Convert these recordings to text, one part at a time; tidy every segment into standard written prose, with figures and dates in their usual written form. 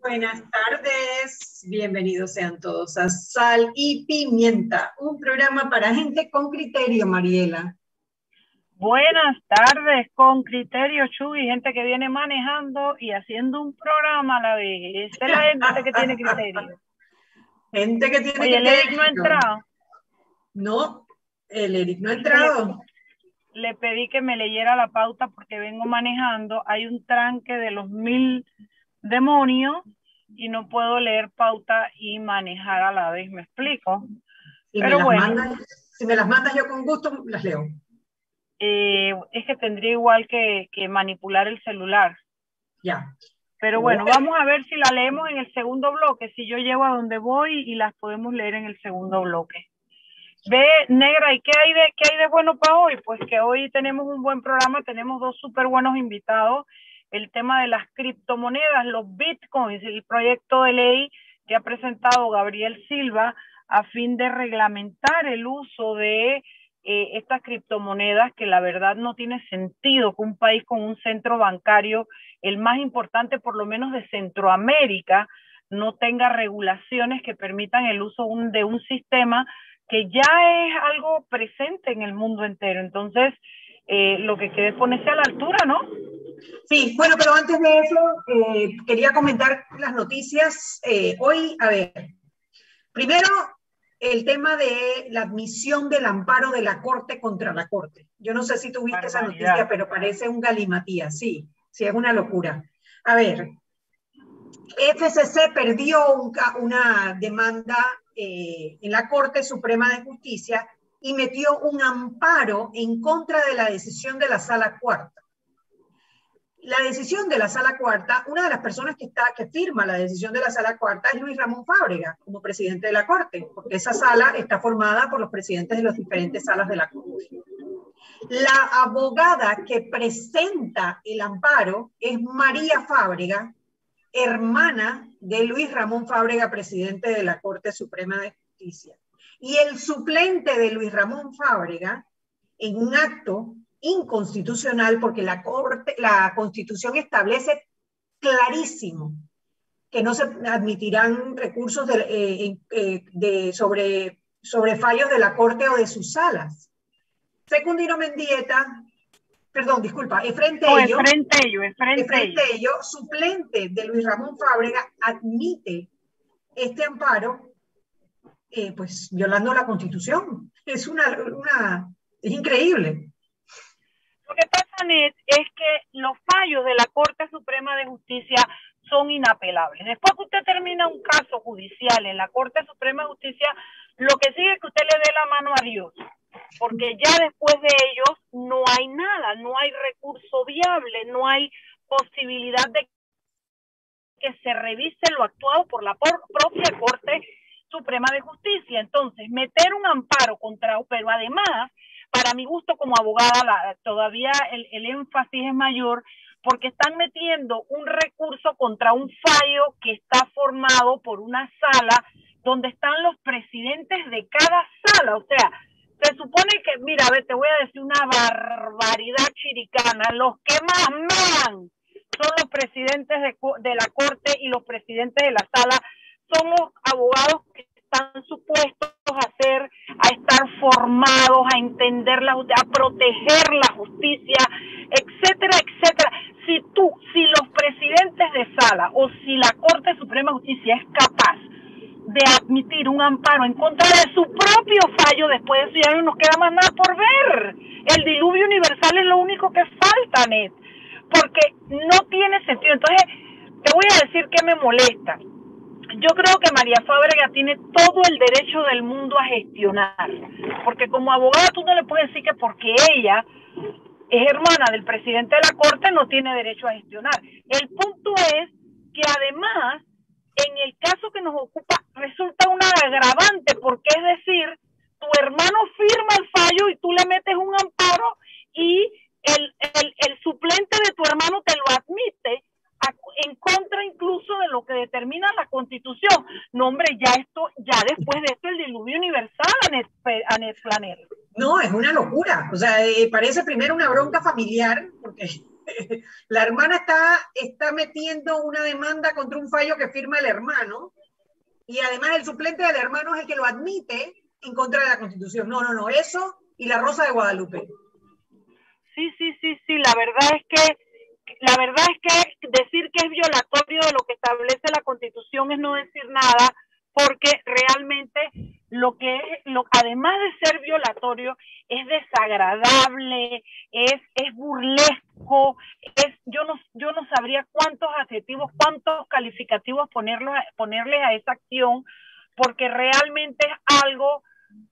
Buenas tardes, bienvenidos sean todos a Sal y Pimienta, un programa para gente con criterio, Mariela. Buenas tardes, con criterio, Chuy, gente que viene manejando y haciendo un programa a la vez. Esa es la gente que tiene criterio. Gente que tiene Oye, criterio. el Eric no ha entrado. No, el Eric no ha entrado. Le pedí que me leyera la pauta porque vengo manejando. Hay un tranque de los 1000 demonios y no puedo leer pauta y manejar a la vez, ¿me explico? Pero bueno. Si me las mandas yo con gusto, las leo. Es que tendría igual que manipular el celular. Ya. Pero bueno, vamos a ver si la leemos en el segundo bloque, si yo llego a donde voy y las podemos leer en el segundo bloque. Ve, Negra, ¿y qué hay de bueno para hoy? Pues que hoy tenemos un buen programa, tenemos dos súper buenos invitados. El tema de las criptomonedas, los bitcoins, el proyecto de ley que ha presentado Gabriel Silva a fin de reglamentar el uso de estas criptomonedas, que la verdad no tiene sentido que un país con un centro bancario, el más importante por lo menos de Centroamérica, no tenga regulaciones que permitan el uso de un sistema que ya es algo presente en el mundo entero. Entonces, lo que quede es ponerse a la altura, ¿no? Sí, bueno, pero antes de eso, quería comentar las noticias. Hoy, a ver, primero, el tema de la admisión del amparo de la Corte contra la Corte. Yo no sé si tuviste esa noticia, pero parece un galimatías. Sí, es una locura. A ver, FCC perdió una demanda en la Corte Suprema de Justicia y metió un amparo en contra de la decisión de la Sala Cuarta. La decisión de la Sala Cuarta, una de las personas que firma la decisión de la Sala Cuarta es Luis Ramón Fábrega, como presidente de la Corte, porque esa sala está formada por los presidentes de las diferentes salas de la Corte. La abogada que presenta el amparo es María Fábrega, hermana de Luis Ramón Fábrega, presidente de la Corte Suprema de Justicia. Y el suplente de Luis Ramón Fábrega, en un acto inconstitucional, porque la Constitución establece clarísimo que no se admitirán recursos sobre fallos de la Corte o de sus salas. Secundino Mendieta, perdón, disculpa, Efren Tello, suplente de Luis Ramón Fábrega, admite este amparo, pues violando la Constitución. Es increíble. Lo que pasa, Ned, es que los fallos de la Corte Suprema de Justicia son inapelables. Después que usted termina un caso judicial en la Corte Suprema de Justicia, lo que sigue es que usted le dé la mano a Dios, porque ya después de ellos no hay nada, no hay recurso viable, no hay posibilidad de que se revise lo actuado por la propia Corte Suprema de Justicia. Entonces, meter un amparo contra, pero además, para mi gusto como abogada, todavía el énfasis es mayor, porque están metiendo un recurso contra un fallo que está formado por una sala donde están los presidentes de cada sala. O sea, se supone que, mira, a ver, te voy a decir una barbaridad chiricana, los que más mean son los presidentes de la Corte y los presidentes de la sala. Somos abogados que están supuestos a estar formados, a entender la justicia, a proteger la justicia, etcétera, etcétera. Si los presidentes de sala o si la Corte Suprema de Justicia es capaz de admitir un amparo en contra de su propio fallo, después de eso ya no nos queda más nada por ver. El diluvio universal es lo único que falta, Ned, porque no tiene sentido. Entonces, te voy a decir qué me molesta. Yo creo que María Fábrega tiene todo el derecho del mundo a gestionar, porque como abogada tú no le puedes decir que porque ella es hermana del presidente de la Corte no tiene derecho a gestionar. El punto es que además, en el caso que nos ocupa, resulta una agravante, porque es decir, tu hermano firma el fallo y tú le metes un amparo y el suplente de tu hermano te lo admite en contra incluso de lo que determina la Constitución. No, hombre, ya después de esto el diluvio universal, Anet Flanel. No, es una locura. O sea, parece primero una bronca familiar, porque La hermana está metiendo una demanda contra un fallo que firma el hermano, y además el suplente del hermano es el que lo admite en contra de la Constitución. No, no, no, eso y la Rosa de Guadalupe. Sí, la verdad es que decir que es violatorio de lo que establece la Constitución es no decir nada, porque realmente además de ser violatorio, es desagradable, es burlesco, yo no sabría cuántos adjetivos, cuántos calificativos ponerle a esa acción, porque realmente es algo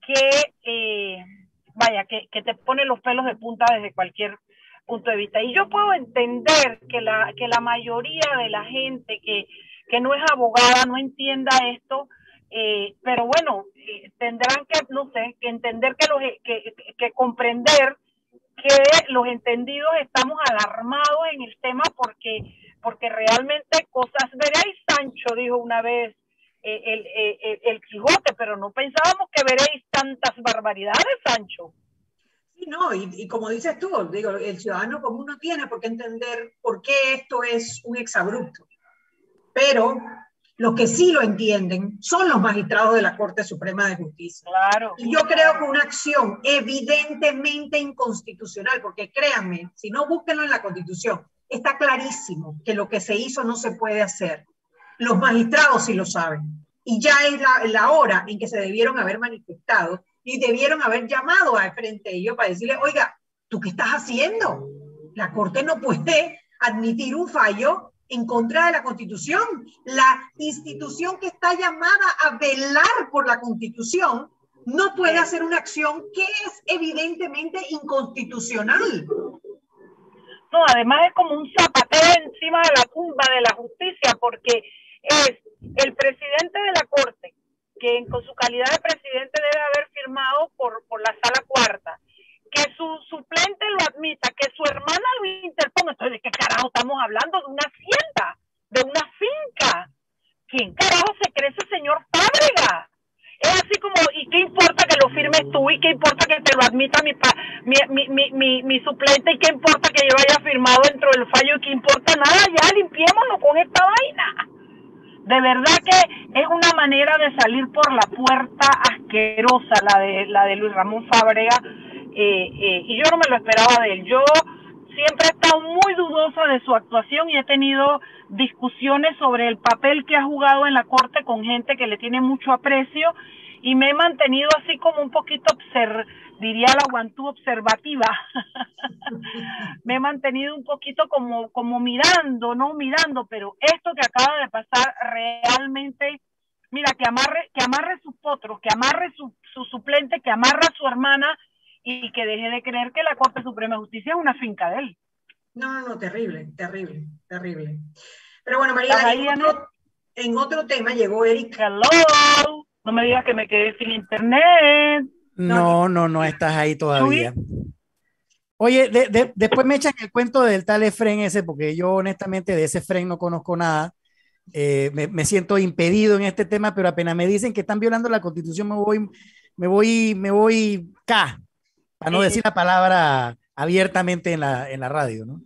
que que te pone los pelos de punta desde cualquier punto de vista. Y yo puedo entender que la mayoría de la gente que no es abogada no entienda esto, pero bueno, tendrán que, no sé, que entender que comprender que los entendidos estamos alarmados en el tema porque realmente cosas veréis, Sancho dijo una vez el Quijote, pero no pensábamos que veréis tantas barbaridades, Sancho. Sí, no, y como dices tú, digo, el ciudadano común no tiene por qué entender por qué esto es un exabrupto, pero los que sí lo entienden son los magistrados de la Corte Suprema de Justicia. Claro. Y yo creo que una acción evidentemente inconstitucional, porque créanme, si no, búsquenlo en la Constitución, está clarísimo que lo que se hizo no se puede hacer. Los magistrados sí lo saben. Y ya es la hora en que se debieron haber manifestado y debieron haber llamado al frente de ellos para decirle, oiga, ¿tú qué estás haciendo? La Corte no puede admitir un fallo en contra de la Constitución. La institución que está llamada a velar por la Constitución no puede hacer una acción que es evidentemente inconstitucional. No, además es como un zapateo encima de la tumba de la justicia, porque es el presidente de la Corte, que con su calidad de presidente debe haber firmado por la sala cuarta, que su suplente lo admita, que su hermana lo interponga. Entonces, ¿de qué carajo estamos hablando? De una hacienda, de una finca. ¿Quién carajo se cree ese señor Fábrega? Es así como, ¿y qué importa que lo firmes tú? ¿Y qué importa que te lo admita mi suplente? ¿Y qué importa que yo haya firmado dentro del fallo? ¿Y qué importa? Nada, ya limpiémonos con esta vaina. De verdad que es una manera de salir por la puerta asquerosa la de Luis Ramón Fábrega, y yo no me lo esperaba de él. Yo siempre he estado muy dudosa de su actuación y he tenido discusiones sobre el papel que ha jugado en la Corte con gente que le tiene mucho aprecio, y me he mantenido así como un poquito diría la Guantú, observativa. Me he mantenido un poquito como mirando, pero esto que acaba de pasar realmente, mira, que amarre sus potros, que amarre su suplente, que amarre a su hermana, y que deje de creer que la Corte Suprema de Justicia es una finca de él. No, terrible. Pero bueno, María, en otro tema llegó Eric. Hello, no me digas que me quedé sin internet. No estás ahí todavía. Oye, después me echan el cuento del tal Efren ese, porque yo honestamente de ese Efren no conozco nada. Me siento impedido en este tema, pero apenas me dicen que están violando la Constitución, me voy para no decir la palabra abiertamente en la radio, ¿no?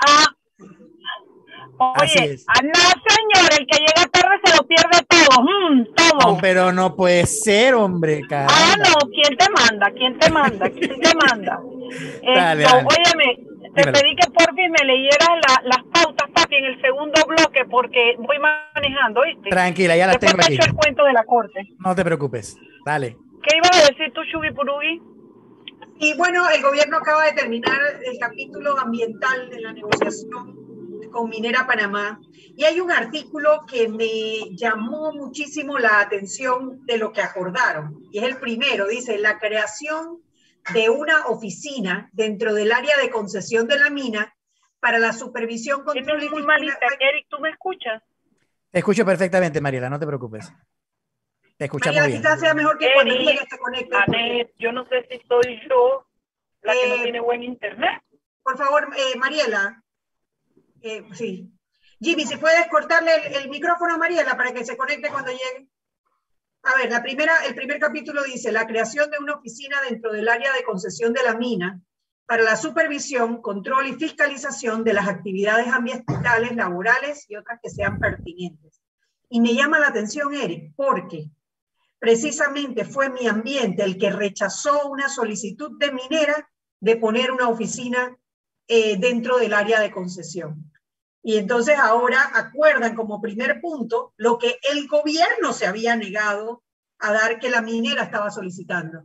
Oye, no, señor, el que llega tarde se lo pierde todo, todo. No, pero no puede ser, hombre, caramba. No, ¿quién te manda? Dale. Óyeme, te pedí que por fin me leyeras las pautas, papi, en el segundo bloque, porque voy manejando, ¿viste? Tranquila, ya las tengo aquí. Después te echo el cuento de la Corte. No te preocupes, dale. ¿Qué ibas a decir tú, Shugi Purugi? Y bueno, el gobierno acaba de terminar el capítulo ambiental de la negociación con Minera Panamá, y hay un artículo que me llamó muchísimo la atención de lo que acordaron, y es el primero. Dice: la creación de una oficina dentro del área de concesión de la mina para la supervisión, control y... Eric, ¿tú me escuchas? Te escucho perfectamente, Mariela, no te preocupes. Te escuchamos bien. Quizás sea mejor que cuando ella se conecte. Anet, yo no sé si soy yo la que no tiene buen internet. Por favor, Mariela. Sí. Jimmy, si puedes cortarle el micrófono a Mariela para que se conecte cuando llegue. A ver, el primer capítulo dice: la creación de una oficina dentro del área de concesión de la mina para la supervisión, control y fiscalización de las actividades ambientales, laborales y otras que sean pertinentes. Y me llama la atención, Eric, porque precisamente fue Mi Ambiente el que rechazó una solicitud de Minera de poner una oficina dentro del área de concesión. Y entonces ahora acuerdan como primer punto lo que el gobierno se había negado a dar, que la minera estaba solicitando.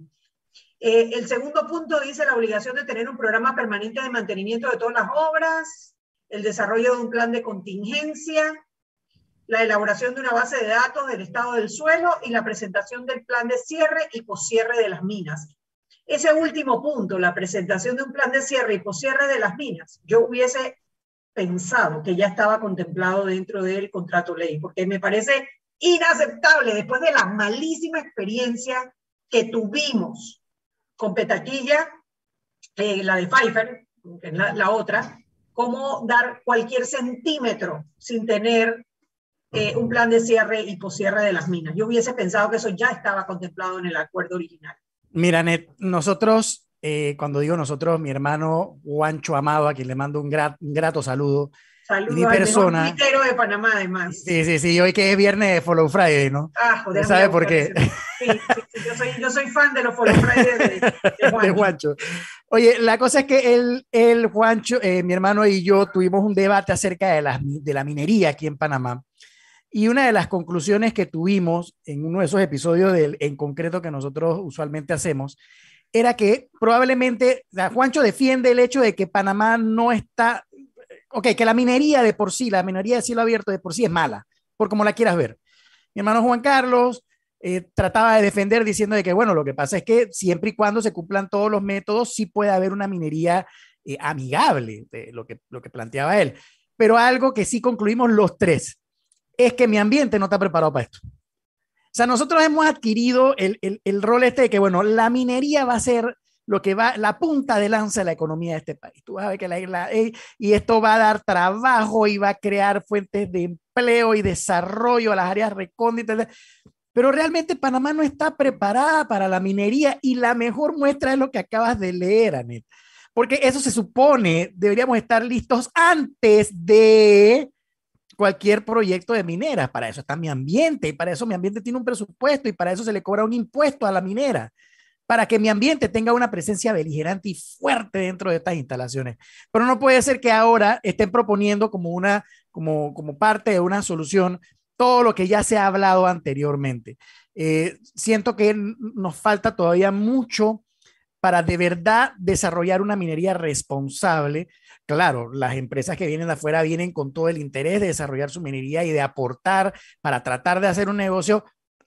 El segundo punto dice la obligación de tener un programa permanente de mantenimiento de todas las obras, el desarrollo de un plan de contingencia, la elaboración de una base de datos del estado del suelo y la presentación del plan de cierre y poscierre de las minas. Ese último punto, la presentación de un plan de cierre y poscierre de las minas, yo hubiese pensado que ya estaba contemplado dentro del contrato ley, porque me parece inaceptable después de la malísima experiencia que tuvimos con Petaquilla, la de Pfeiffer, que es la otra, cómo dar cualquier centímetro sin tener un plan de cierre y poscierre de las minas. Yo hubiese pensado que eso ya estaba contemplado en el acuerdo original. Mira, Net, nosotros, cuando digo nosotros, mi hermano Juancho Amado, a quien le mando un grato saludo, Saludos mi persona, al mejor tuitero de Panamá, además. Sí, hoy que es viernes de Follow Friday, ¿no? Ah, joder, ¿sabe por qué? Sí, yo soy fan de los Follow Friday de Juancho. De Juancho. Oye, la cosa es que el Juancho, mi hermano y yo tuvimos un debate acerca de la minería aquí en Panamá. Y una de las conclusiones que tuvimos en uno de esos episodios en concreto que nosotros usualmente hacemos era que probablemente, o sea, Juancho defiende el hecho de que Panamá no está, que la minería de por sí, la minería de cielo abierto de por sí es mala, por como la quieras ver. Mi hermano Juan Carlos trataba de defender diciendo de que, bueno, lo que pasa es que siempre y cuando se cumplan todos los métodos, sí puede haber una minería amigable, lo que planteaba él. Pero algo que sí concluimos los tres es que Mi Ambiente no está preparado para esto. O sea, nosotros hemos adquirido el rol este de que, bueno, la minería va a ser lo que va, la punta de lanza de la economía de este país. Tú vas a ver que y esto va a dar trabajo y va a crear fuentes de empleo y desarrollo a las áreas recónditas. Pero realmente Panamá no está preparada para la minería y la mejor muestra es lo que acabas de leer, Anet. Porque eso se supone, deberíamos estar listos antes de cualquier proyecto de mineras. Para eso está Mi Ambiente y para eso Mi Ambiente tiene un presupuesto y para eso se le cobra un impuesto a la minera, para que Mi Ambiente tenga una presencia beligerante y fuerte dentro de estas instalaciones. Pero no puede ser que ahora estén proponiendo como parte de una solución todo lo que ya se ha hablado anteriormente. Siento que nos falta todavía mucho para de verdad desarrollar una minería responsable. Claro, las empresas que vienen de afuera vienen con todo el interés de desarrollar su minería y de aportar para tratar de hacer un negocio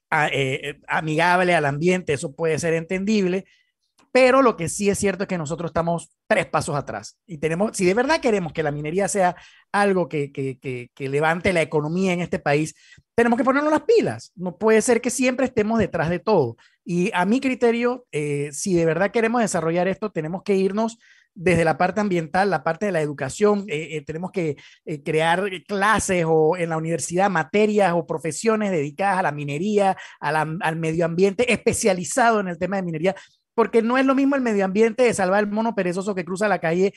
amigable al ambiente, eso puede ser entendible, pero lo que sí es cierto es que nosotros estamos 3 pasos atrás y si de verdad queremos que la minería sea algo que levante la economía en este país, tenemos que ponernos las pilas. No puede ser que siempre estemos detrás de todo. Y a mi criterio, si de verdad queremos desarrollar esto, tenemos que irnos desde la parte ambiental, la parte de la educación, tenemos que crear clases o en la universidad materias o profesiones dedicadas a la minería, al medio ambiente, especializado en el tema de minería, porque no es lo mismo el medio ambiente de salvar el mono perezoso que cruza la calle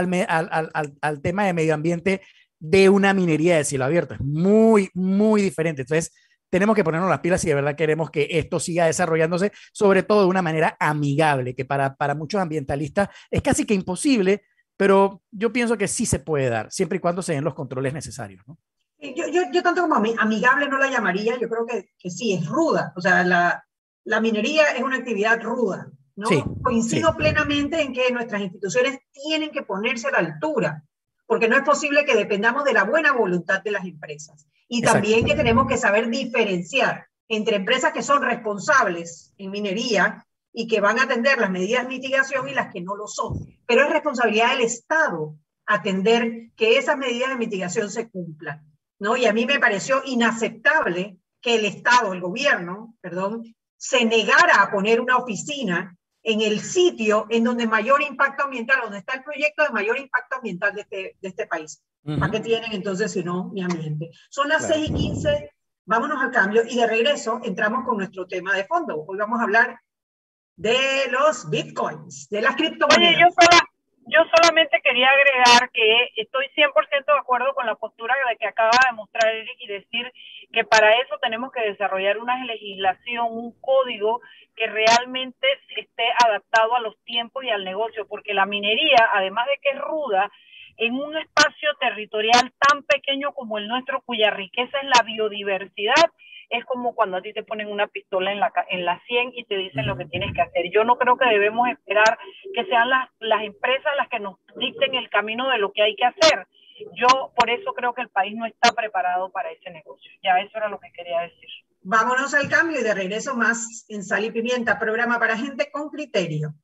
al tema de medio ambiente de una minería de cielo abierto. Es muy, muy diferente. Entonces, tenemos que ponernos las pilas si de verdad queremos que esto siga desarrollándose, sobre todo de una manera amigable, que para muchos ambientalistas es casi que imposible, pero yo pienso que sí se puede dar, siempre y cuando se den los controles necesarios, ¿no? Yo tanto como amigable no la llamaría, yo creo que sí, es ruda. O sea, la minería es una actividad ruda, ¿no? Sí, Coincido sí. plenamente en que nuestras instituciones tienen que ponerse a la altura, porque no es posible que dependamos de la buena voluntad de las empresas. Y Exacto. también que tenemos que saber diferenciar entre empresas que son responsables en minería y que van a atender las medidas de mitigación y las que no lo son. Pero es responsabilidad del Estado atender que esas medidas de mitigación se cumplan, ¿no? Y a mí me pareció inaceptable que el Estado, el gobierno, perdón, se negara a poner una oficina en el sitio en donde mayor impacto ambiental, donde está el proyecto de mayor impacto ambiental de este país. ¿Para qué tienen entonces si no Mi Ambiente? Son las 6:15, vámonos al cambio y de regreso entramos con nuestro tema de fondo. Hoy vamos a hablar de los bitcoins, de las criptomonedas. Oye, Yo solamente quería agregar que estoy 100% de acuerdo con la postura de que acaba de mostrar Eric y decir que para eso tenemos que desarrollar una legislación, un código que realmente esté adaptado a los tiempos y al negocio, porque la minería, además de que es ruda, en un espacio territorial tan pequeño como el nuestro, cuya riqueza es la biodiversidad, es como cuando a ti te ponen una pistola en la 100 y te dicen lo que tienes que hacer. Yo no creo que debemos esperar que sean las empresas las que nos dicten el camino de lo que hay que hacer. Yo por eso creo que el país no está preparado para ese negocio. Ya eso era lo que quería decir. Vámonos al cambio y de regreso más en Sal y Pimienta, programa para gente con criterio.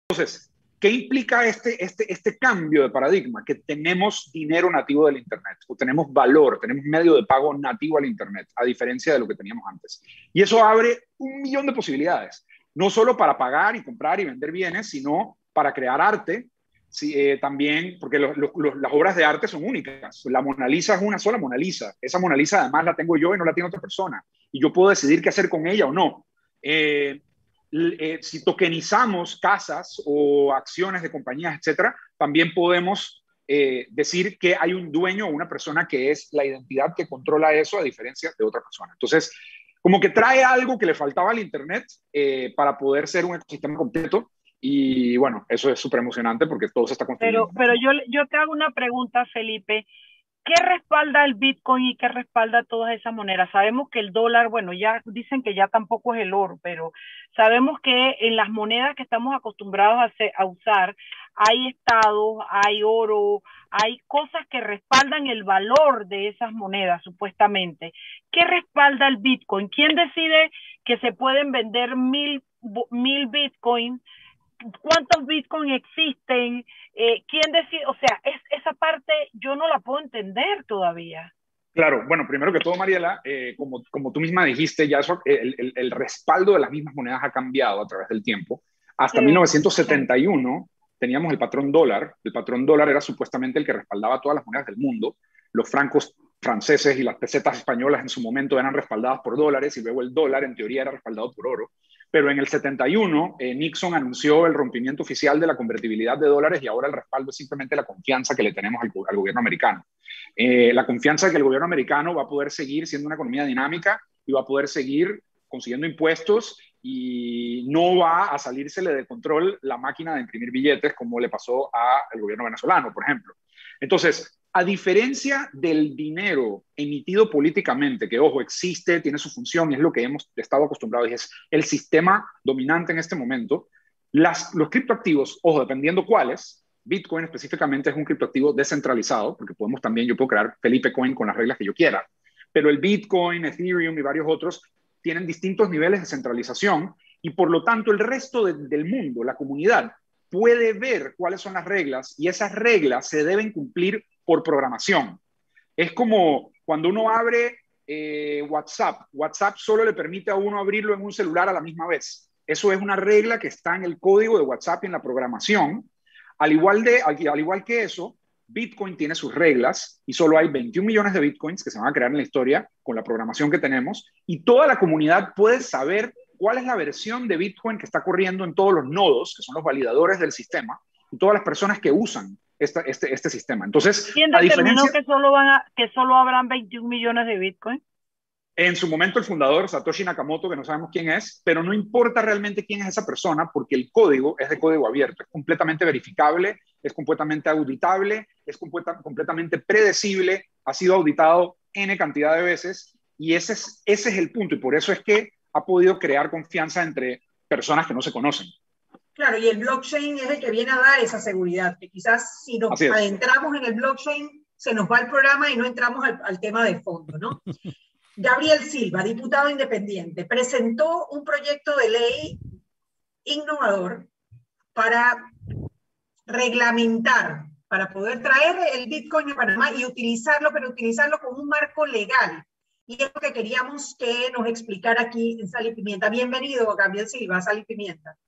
Entonces, ¿qué implica este cambio de paradigma? Que tenemos dinero nativo del Internet, o tenemos valor, tenemos medio de pago nativo al Internet, a diferencia de lo que teníamos antes. Y eso abre un millón de posibilidades, no solo para pagar y comprar y vender bienes, sino para crear arte, sí, también, porque las obras de arte son únicas. La Mona Lisa es una sola Mona Lisa. Esa Mona Lisa además la tengo yo y no la tiene otra persona. Y yo puedo decidir qué hacer con ella o no. Si tokenizamos casas o acciones de compañías, etcétera, también podemos decir que hay un dueño o una persona que es la identidad que controla eso a diferencia de otra persona. Entonces, como que trae algo que le faltaba al Internet para poder ser un ecosistema completo. Y bueno, eso es súper emocionante porque todo se está construyendo. Pero yo te hago una pregunta, Felipe. ¿Qué respalda el Bitcoin y qué respalda todas esas monedas? Sabemos que el dólar, bueno, ya dicen que ya tampoco es el oro, pero sabemos que en las monedas que estamos acostumbrados a usar, hay estados, hay oro, hay cosas que respaldan el valor de esas monedas, supuestamente. ¿Qué respalda el Bitcoin? ¿Quién decide que se pueden vender mil Bitcoin? ¿Cuántos Bitcoin existen? ¿Quién decide? O sea, esa parte yo no la puedo entender todavía. Claro, bueno, primero que todo, Mariela, como tú misma dijiste, ya eso, el respaldo de las mismas monedas ha cambiado a través del tiempo. Hasta 1971 teníamos el patrón dólar. El patrón dólar era supuestamente el que respaldaba todas las monedas del mundo. Los francos franceses y las pesetas españolas en su momento eran respaldadas por dólares y luego el dólar en teoría era respaldado por oro. Pero en el 71 Nixon anunció el rompimiento oficial de la convertibilidad de dólares y ahora el respaldo es simplemente la confianza que le tenemos al gobierno americano. La confianza de que el gobierno americano va a poder seguir siendo una economía dinámica y va a poder seguir consiguiendo impuestos y no va a salírsele de control la máquina de imprimir billetes como le pasó al gobierno venezolano, por ejemplo. Entonces, a diferencia del dinero emitido políticamente, que, ojo, existe, tiene su función, es lo que hemos estado acostumbrados y es el sistema dominante en este momento, los criptoactivos, ojo, dependiendo cuáles, Bitcoin específicamente es un criptoactivo descentralizado, porque yo puedo crear Felipe Coin con las reglas que yo quiera, pero el Bitcoin, Ethereum y varios otros tienen distintos niveles de centralización y por lo tanto el resto del mundo, la comunidad, puede ver cuáles son las reglas y esas reglas se deben cumplir por programación. Es como cuando uno abre WhatsApp. WhatsApp solo le permite a uno abrirlo en un celular a la misma vez. Eso es una regla que está en el código de WhatsApp y en la programación. Al igual que eso, Bitcoin tiene sus reglas y solo hay 21 millones de Bitcoins que se van a crear en la historia con la programación que tenemos y toda la comunidad puede saber cuál es la versión de Bitcoin que está corriendo en todos los nodos, que son los validadores del sistema, y todas las personas que usan este sistema. Entonces, ¿quién determinó que solo habrán 21 millones de Bitcoin? En su momento el fundador, Satoshi Nakamoto, que no sabemos quién es, pero no importa realmente quién es esa persona porque el código es de código abierto, es completamente verificable, es completamente auditable, es completamente predecible, ha sido auditado N cantidad de veces y ese es el punto y por eso es que ha podido crear confianza entre personas que no se conocen. Claro, y el blockchain es el que viene a dar esa seguridad, que quizás si nos adentramos en el blockchain se nos va el programa y no entramos al tema de fondo, ¿no? Gabriel Silva, diputado independiente, presentó un proyecto de ley innovador para reglamentar, para poder traer el Bitcoin a Panamá y utilizarlo, pero utilizarlo con un marco legal. Y es lo que queríamos que nos explicara aquí en Sal y Pimienta. Bienvenido, Gabriel Silva, Sal y Pimienta.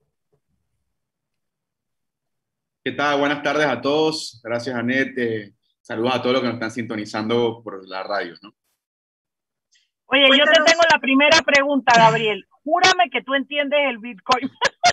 ¿Qué tal? Buenas tardes a todos. Gracias, Anet. Saludos a todos los que nos están sintonizando por la radio, ¿no? Oye, yo te tengo la primera pregunta, Gabriel. Júrame que tú entiendes el Bitcoin.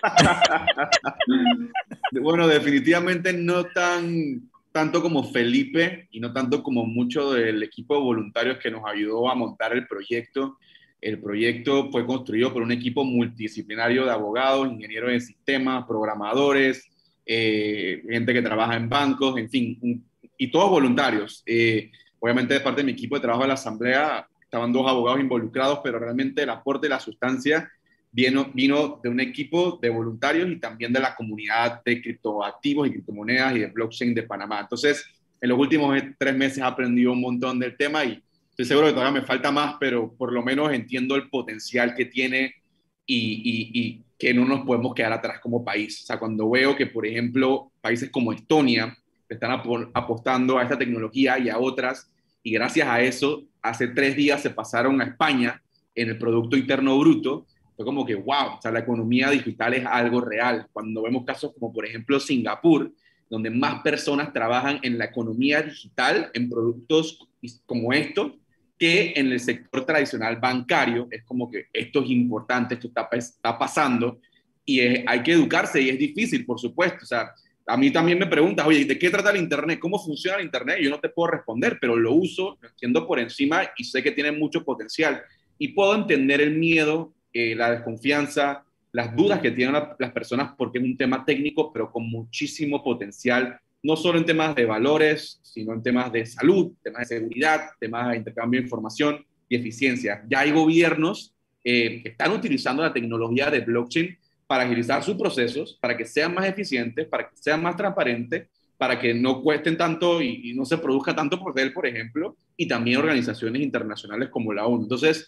Bueno, definitivamente no tanto como Felipe y no tanto como mucho del equipo de voluntarios que nos ayudó a montar el proyecto. El proyecto fue construido por un equipo multidisciplinario de abogados, ingenieros de sistemas, programadores, gente que trabaja en bancos, en fin, y todos voluntarios. Obviamente, de parte de mi equipo de trabajo de la Asamblea, estaban 2 abogados involucrados, pero realmente el aporte de la sustancia vino de un equipo de voluntarios y también de la comunidad de criptoactivos y criptomonedas y de blockchain de Panamá. Entonces, en los últimos 3 meses he aprendido un montón del tema y estoy seguro que todavía me falta más, pero por lo menos entiendo el potencial que tiene y que no nos podemos quedar atrás como país. O sea, cuando veo que, por ejemplo, países como Estonia están apostando a esta tecnología y a otras, y gracias a eso, hace 3 días se pasaron a España en el Producto Interno Bruto, fue como que, wow, o sea, la economía digital es algo real. Cuando vemos casos como, por ejemplo, Singapur, donde más personas trabajan en la economía digital, en productos como estos, que en el sector tradicional bancario, es como que esto es importante, esto está pasando, y hay que educarse, y es difícil, por supuesto. O sea, a mí también me preguntas, oye, ¿de qué trata el Internet? ¿Cómo funciona el Internet? Yo no te puedo responder, pero lo uso, lo entiendo por encima y sé que tiene mucho potencial. Y puedo entender el miedo, la desconfianza, las dudas que tienen las personas porque es un tema técnico, pero con muchísimo potencial, no solo en temas de valores, sino en temas de salud, temas de seguridad, temas de intercambio de información y eficiencia. Ya hay gobiernos que están utilizando la tecnología de blockchain para agilizar sus procesos, para que sean más eficientes, para que sean más transparentes, para que no cuesten tanto y no se produzca tanto papel, por ejemplo, y también organizaciones internacionales como la ONU. Entonces,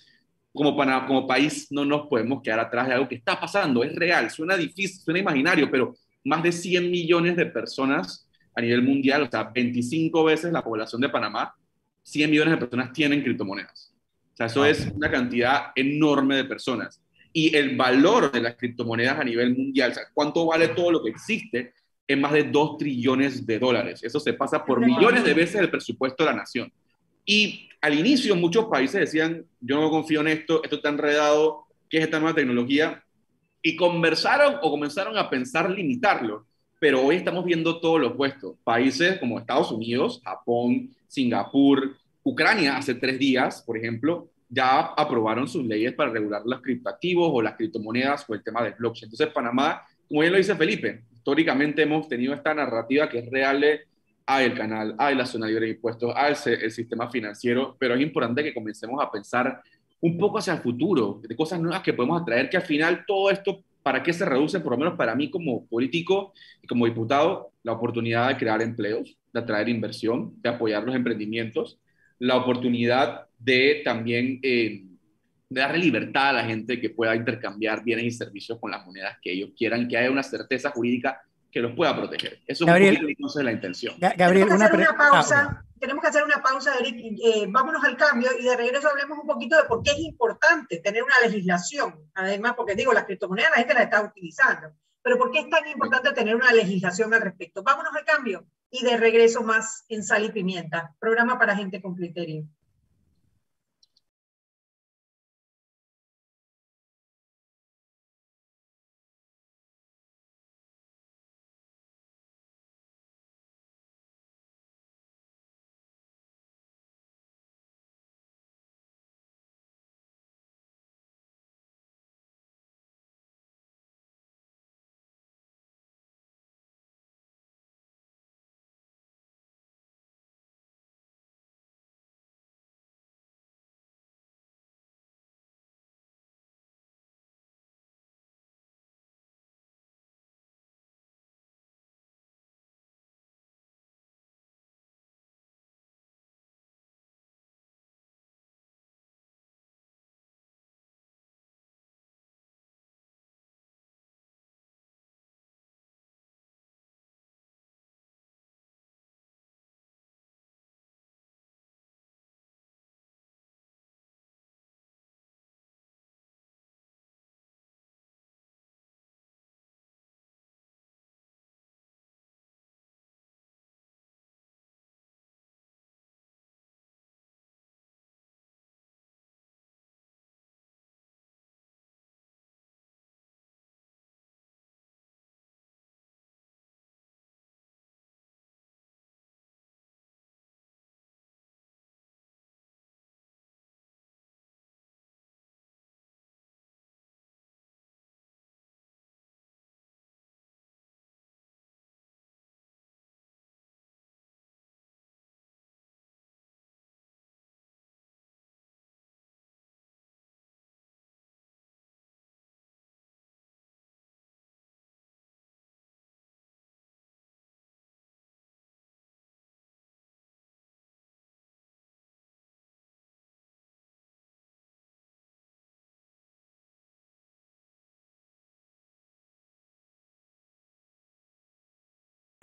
como país no nos podemos quedar atrás de algo que está pasando, es real, suena difícil, suena imaginario, pero más de 100 millones de personas a nivel mundial, o sea, 25 veces la población de Panamá, 100 millones de personas tienen criptomonedas. O sea, eso es una cantidad enorme de personas. Y el valor de las criptomonedas a nivel mundial, o sea, cuánto vale todo lo que existe, es más de 2 trillones de dólares. Eso se pasa por millones de veces el presupuesto de la nación. Y al inicio muchos países decían, yo no confío en esto, esto está enredado, ¿qué es esta nueva tecnología? Y conversaron o comenzaron a pensar limitarlo. Pero hoy estamos viendo todo lo opuesto. Países como Estados Unidos, Japón, Singapur, Ucrania hace 3 días, por ejemplo, ya aprobaron sus leyes para regular los criptoactivos o las criptomonedas o el tema del blockchain. Entonces, Panamá, como bien lo dice Felipe, históricamente hemos tenido esta narrativa que es real de el canal, la zona libre de impuestos, el sistema financiero, pero es importante que comencemos a pensar un poco hacia el futuro, de cosas nuevas que podemos atraer, que al final todo esto, ¿para qué se reduce? Por lo menos para mí como político y como diputado, la oportunidad de crear empleos, de atraer inversión, de apoyar los emprendimientos, la oportunidad de también de darle libertad a la gente que pueda intercambiar bienes y servicios con las monedas que ellos quieran, que haya una certeza jurídica que los pueda proteger. Eso es un poquito entonces la intención. Gabriel, tenemos que hacer una pausa, Eric. Vámonos al cambio y de regreso hablemos un poquito de por qué es importante tener una legislación. Además, porque digo, las criptomonedas la gente las está utilizando, pero ¿por qué es tan importante tener una legislación al respecto? Vámonos al cambio y de regreso más en Sal y Pimienta, programa para gente con criterio.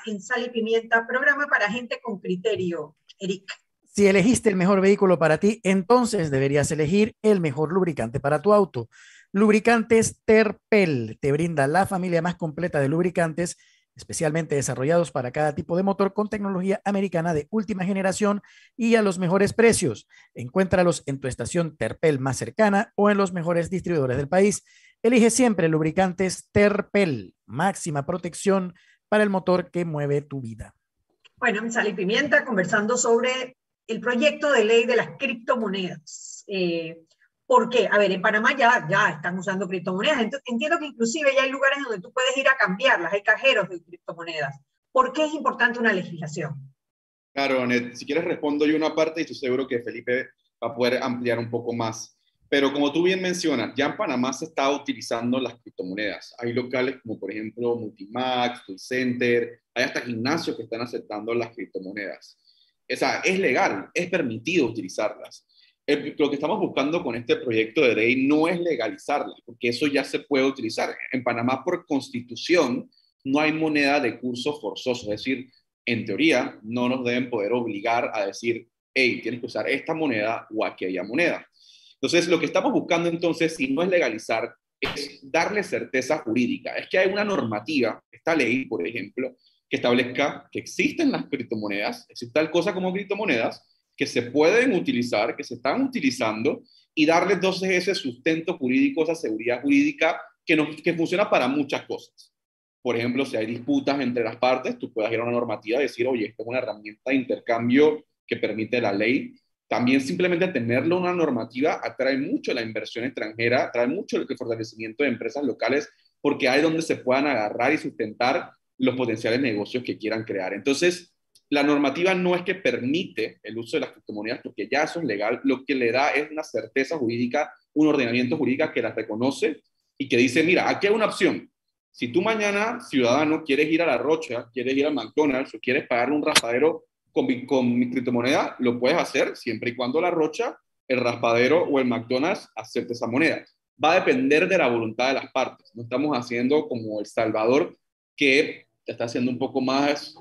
en Sal y Pimienta, programa para gente con criterio. Eric. Si elegiste el mejor vehículo para ti, entonces deberías elegir el mejor lubricante para tu auto. Lubricantes Terpel te brinda la familia más completa de lubricantes, especialmente desarrollados para cada tipo de motor con tecnología americana de última generación y a los mejores precios. Encuéntralos en tu estación Terpel más cercana o en los mejores distribuidores del país. Elige siempre lubricantes Terpel, máxima protección para el motor que mueve tu vida. Bueno, en Sal y Pimienta conversando sobre el proyecto de ley de las criptomonedas. ¿Por qué? A ver, en Panamá ya están usando criptomonedas. Entiendo que inclusive ya hay lugares donde tú puedes ir a cambiarlas, hay cajeros de criptomonedas. ¿Por qué es importante una legislación? Claro, Anet, si quieres respondo yo una parte y estoy seguro que Felipe va a poder ampliar un poco más. Pero como tú bien mencionas, ya en Panamá se está utilizando las criptomonedas. Hay locales como por ejemplo Multimax, Tool Center, hay hasta gimnasios que están aceptando las criptomonedas. O sea, es legal, es permitido utilizarlas. Lo que estamos buscando con este proyecto de ley no es legalizarlas, porque eso ya se puede utilizar. En Panamá, por constitución, no hay moneda de curso forzoso. Es decir, en teoría, no nos deben poder obligar a decir, hey, tienes que usar esta moneda o aquella moneda. Entonces, lo que estamos buscando entonces, si no es legalizar, es darle certeza jurídica. Es que hay una normativa, esta ley, por ejemplo, que establezca que existen las criptomonedas, existe tal cosa como criptomonedas, que se pueden utilizar, que se están utilizando, y darle entonces ese sustento jurídico, esa seguridad jurídica que funciona para muchas cosas. Por ejemplo, si hay disputas entre las partes, tú puedes ir a una normativa y decir, oye, esta es una herramienta de intercambio que permite la ley. También simplemente tenerlo una normativa atrae mucho la inversión extranjera, atrae mucho el fortalecimiento de empresas locales, porque hay donde se puedan agarrar y sustentar los potenciales negocios que quieran crear. Entonces, la normativa no es que permite el uso de las criptomonedas, porque ya eso es legal, lo que le da es una certeza jurídica, un ordenamiento jurídico que las reconoce y que dice, mira, aquí hay una opción. Si tú mañana, ciudadano, quieres ir a La Rocha, quieres ir a McDonald's o quieres pagarle un raspadero con mi criptomoneda, lo puedes hacer siempre y cuando La Rocha, el raspadero o el McDonald's acepte esa moneda. Va a depender de la voluntad de las partes. No estamos haciendo como El Salvador, que está haciendo un poco más,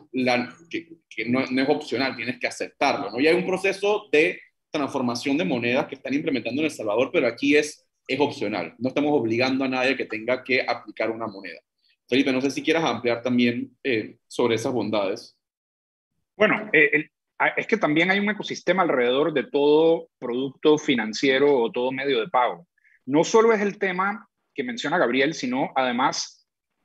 que no es opcional, tienes que aceptarlo, ¿no? Y hay un proceso de transformación de monedas que están implementando en El Salvador, pero aquí es opcional. No estamos obligando a nadie que tenga que aplicar una moneda. Felipe, no sé si quieras ampliar también sobre esas bondades. Bueno, es que también hay un ecosistema alrededor de todo producto financiero o todo medio de pago. No solo es el tema que menciona Gabriel, sino además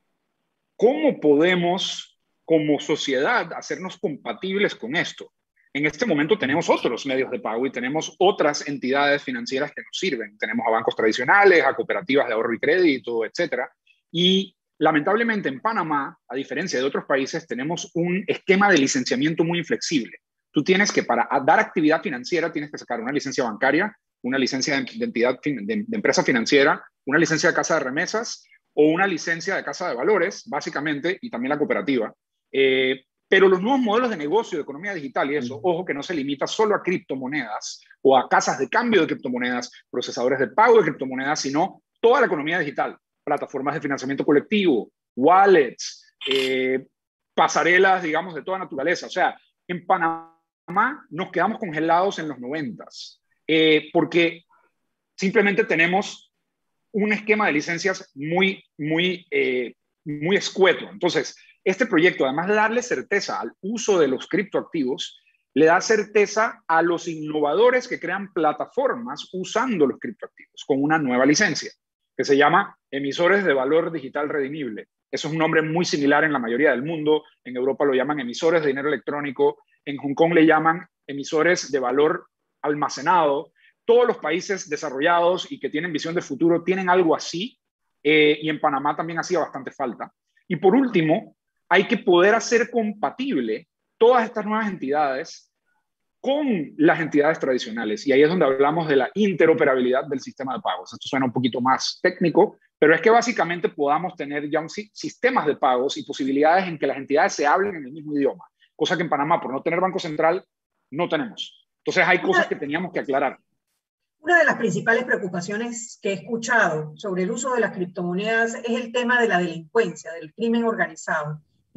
cómo podemos como sociedad hacernos compatibles con esto. En este momento tenemos otros medios de pago y tenemos otras entidades financieras que nos sirven. Tenemos a bancos tradicionales, a cooperativas de ahorro y crédito, etcétera. Y lamentablemente en Panamá, a diferencia de otros países, tenemos un esquema de licenciamiento muy inflexible. Tú tienes que, para dar actividad financiera, tienes que sacar una licencia bancaria, una licencia de entidad de empresa financiera, una licencia de casa de remesas o una licencia de casa de valores, básicamente, y también la cooperativa. Pero los nuevos modelos de negocio, de economía digital y eso, ojo que no se limita solo a criptomonedas o a casas de cambio de criptomonedas, procesadores de pago de criptomonedas, sino toda la economía digital, plataformas de financiamiento colectivo, wallets, pasarelas, digamos, de toda naturaleza. O sea, en Panamá nos quedamos congelados en los 90s, porque simplemente tenemos un esquema de licencias muy escueto. Entonces, este proyecto, además de darle certeza al uso de los criptoactivos, le da certeza a los innovadores que crean plataformas usando los criptoactivos con una nueva licencia, que se llama emisores de valor digital redimible. Eso es un nombre muy similar en la mayoría del mundo. En Europa lo llaman emisores de dinero electrónico. En Hong Kong le llaman emisores de valor almacenado. Todos los países desarrollados y que tienen visión de futuro tienen algo así, y en Panamá también hacía bastante falta. Y por último, hay que poder hacer compatible todas estas nuevas entidades con las entidades tradicionales. Y ahí es donde hablamos de la interoperabilidad del sistema de pagos. Esto suena un poquito más técnico, pero es que básicamente podamos tener ya sistemas de pagos y posibilidades en que las entidades se hablen en el mismo idioma, cosa que en Panamá, por no tener Banco Central, no tenemos. Entonces hay cosas que teníamos que aclarar. Una de las principales preocupaciones que he escuchado sobre el uso de las criptomonedas es el tema de la delincuencia, del crimen organizado.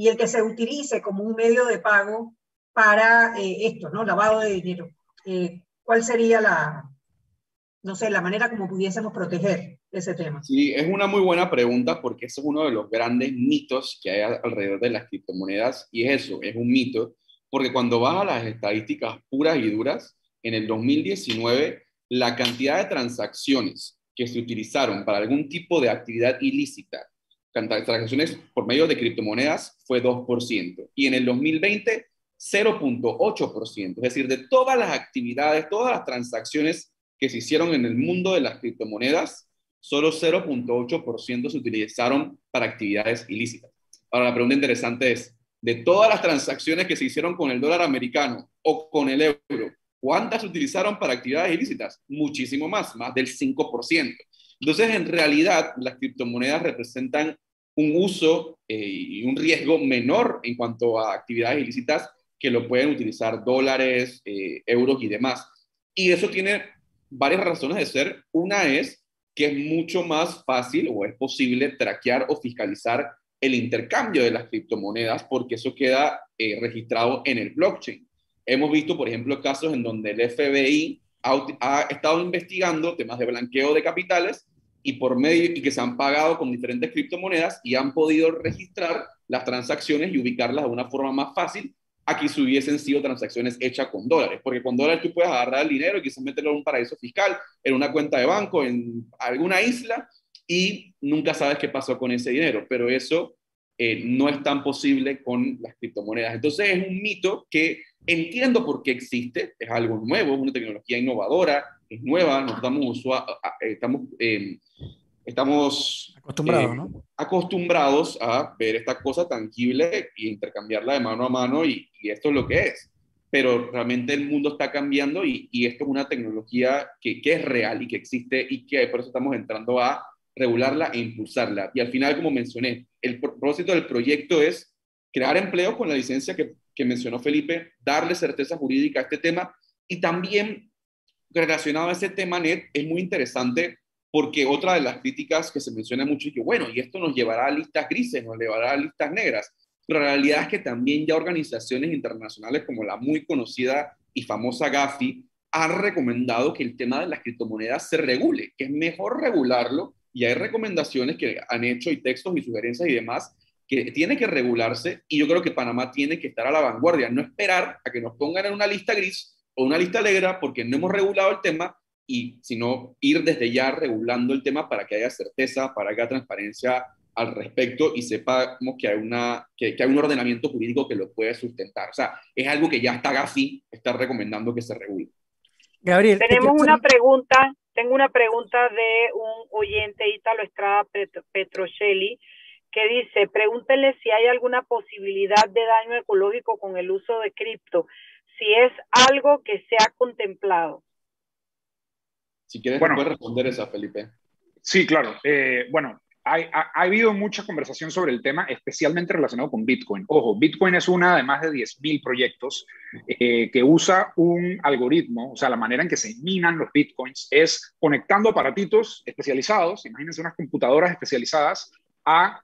y el que se utilice como un medio de pago para esto, ¿no? Lavado de dinero. ¿Cuál sería no sé, la manera como pudiésemos proteger ese tema? Sí, es una muy buena pregunta porque ese es uno de los grandes mitos que hay alrededor de las criptomonedas y es eso, es un mito, porque cuando vas a las estadísticas puras y duras, en el 2019 la cantidad de transacciones que se utilizaron para algún tipo de actividad ilícita, transacciones por medio de criptomonedas, fue 2%, y en el 2020 0.8%, es decir, de todas las actividades, todas las transacciones que se hicieron en el mundo de las criptomonedas, solo 0.8% se utilizaron para actividades ilícitas. Ahora, la pregunta interesante es, de todas las transacciones que se hicieron con el dólar americano o con el euro, ¿cuántas se utilizaron para actividades ilícitas? Muchísimo más del 5%. Entonces, en realidad, las criptomonedas representan un uso y un riesgo menor en cuanto a actividades ilícitas que lo pueden utilizar dólares, euros y demás. Y eso tiene varias razones de ser. Una es que es mucho más fácil o es posible traquear o fiscalizar el intercambio de las criptomonedas porque eso queda registrado en el blockchain. Hemos visto, por ejemplo, casos en donde el FBI ha estado investigando temas de blanqueo de capitales y que se han pagado con diferentes criptomonedas y han podido registrar las transacciones y ubicarlas de una forma más fácil a que si hubiesen sido transacciones hechas con dólares, porque con dólares tú puedes agarrar el dinero y quizás meterlo en un paraíso fiscal, en una cuenta de banco, en alguna isla, y nunca sabes qué pasó con ese dinero, pero eso no es tan posible con las criptomonedas. Entonces es un mito que entiendo por qué existe, es algo nuevo, es una tecnología innovadora, es nueva, estamos acostumbrados, ¿no? Acostumbrados a ver esta cosa tangible e intercambiarla de mano a mano y esto es lo que es. Pero realmente el mundo está cambiando y esto es una tecnología que es real y que existe y que por eso estamos entrando a regularla e impulsarla. Y al final, como mencioné, el propósito del proyecto es crear empleo con la licencia que mencionó Felipe, darle certeza jurídica a este tema y también relacionado a ese tema, Net, es muy interesante porque otra de las críticas que se menciona mucho es que, bueno, y esto nos llevará a listas grises, nos llevará a listas negras, pero la realidad es que también ya organizaciones internacionales como la muy conocida y famosa Gafi han recomendado que el tema de las criptomonedas se regule, que es mejor regularlo, y hay recomendaciones que han hecho y textos y sugerencias y demás que tiene que regularse, y yo creo que Panamá tiene que estar a la vanguardia, no esperar a que nos pongan en una lista gris o una lista negra porque no hemos regulado el tema, y sino ir desde ya regulando el tema para que haya certeza, para que haya transparencia al respecto y sepamos que hay un ordenamiento jurídico que lo puede sustentar. O sea, es algo que ya está Gafi está recomendando que se regule. Gabriel, tengo una pregunta de un oyente, Ítalo Estrada Petrocelli, que dice, pregúntenle si hay alguna posibilidad de daño ecológico con el uso de cripto, si es algo que se ha contemplado. Si quieres, puedes responder esa, Felipe. Sí, claro. Bueno, ha habido mucha conversación sobre el tema, especialmente relacionado con Bitcoin. Ojo, Bitcoin es una de más de 10.000 proyectos que usa un algoritmo, o sea, la manera en que se minan los Bitcoins es conectando aparatitos especializados, imagínense unas computadoras especializadas, a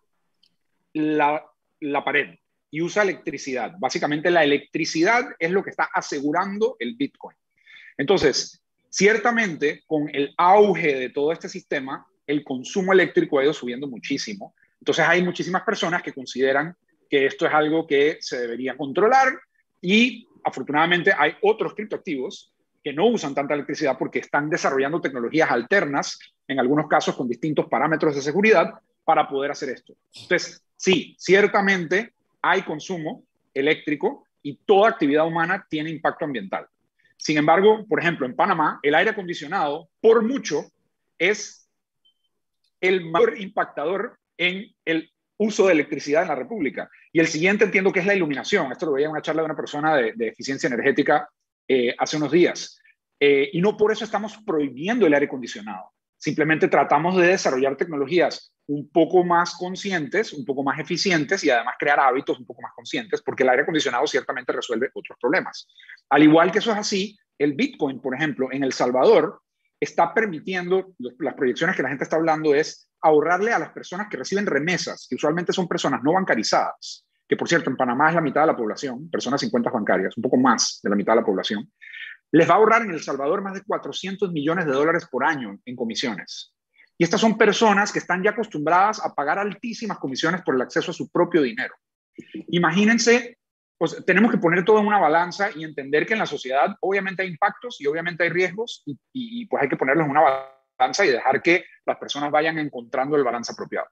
la pared y usa electricidad. Básicamente la electricidad es lo que está asegurando el Bitcoin. Entonces, ciertamente, con el auge de todo este sistema, el consumo eléctrico ha ido subiendo muchísimo. Entonces, hay muchísimas personas que consideran que esto es algo que se debería controlar y, afortunadamente, hay otros criptoactivos que no usan tanta electricidad porque están desarrollando tecnologías alternas, en algunos casos con distintos parámetros de seguridad, para poder hacer esto. Entonces, sí, ciertamente hay consumo eléctrico y toda actividad humana tiene impacto ambiental. Sin embargo, por ejemplo, en Panamá, el aire acondicionado, por mucho, es el mayor impactador en el uso de electricidad en la República. Y el siguiente entiendo que es la iluminación. Esto lo veía en una charla de una persona de eficiencia energética hace unos días. Y no por eso estamos prohibiendo el aire acondicionado. Simplemente tratamos de desarrollar tecnologías un poco más conscientes, un poco más eficientes y además crear hábitos un poco más conscientes, porque el aire acondicionado ciertamente resuelve otros problemas. Al igual que eso es así, el Bitcoin, por ejemplo, en El Salvador, está permitiendo, las proyecciones que la gente está hablando es ahorrarle a las personas que reciben remesas, que usualmente son personas no bancarizadas, que por cierto en Panamá es la mitad de la población, personas sin cuentas bancarias, un poco más de la mitad de la población, les va a ahorrar en El Salvador más de $400 millones por año en comisiones. Y estas son personas que están ya acostumbradas a pagar altísimas comisiones por el acceso a su propio dinero. Imagínense, pues tenemos que poner todo en una balanza y entender que en la sociedad obviamente hay impactos y obviamente hay riesgos y pues hay que ponerlos en una balanza y dejar que las personas vayan encontrando el balance apropiado.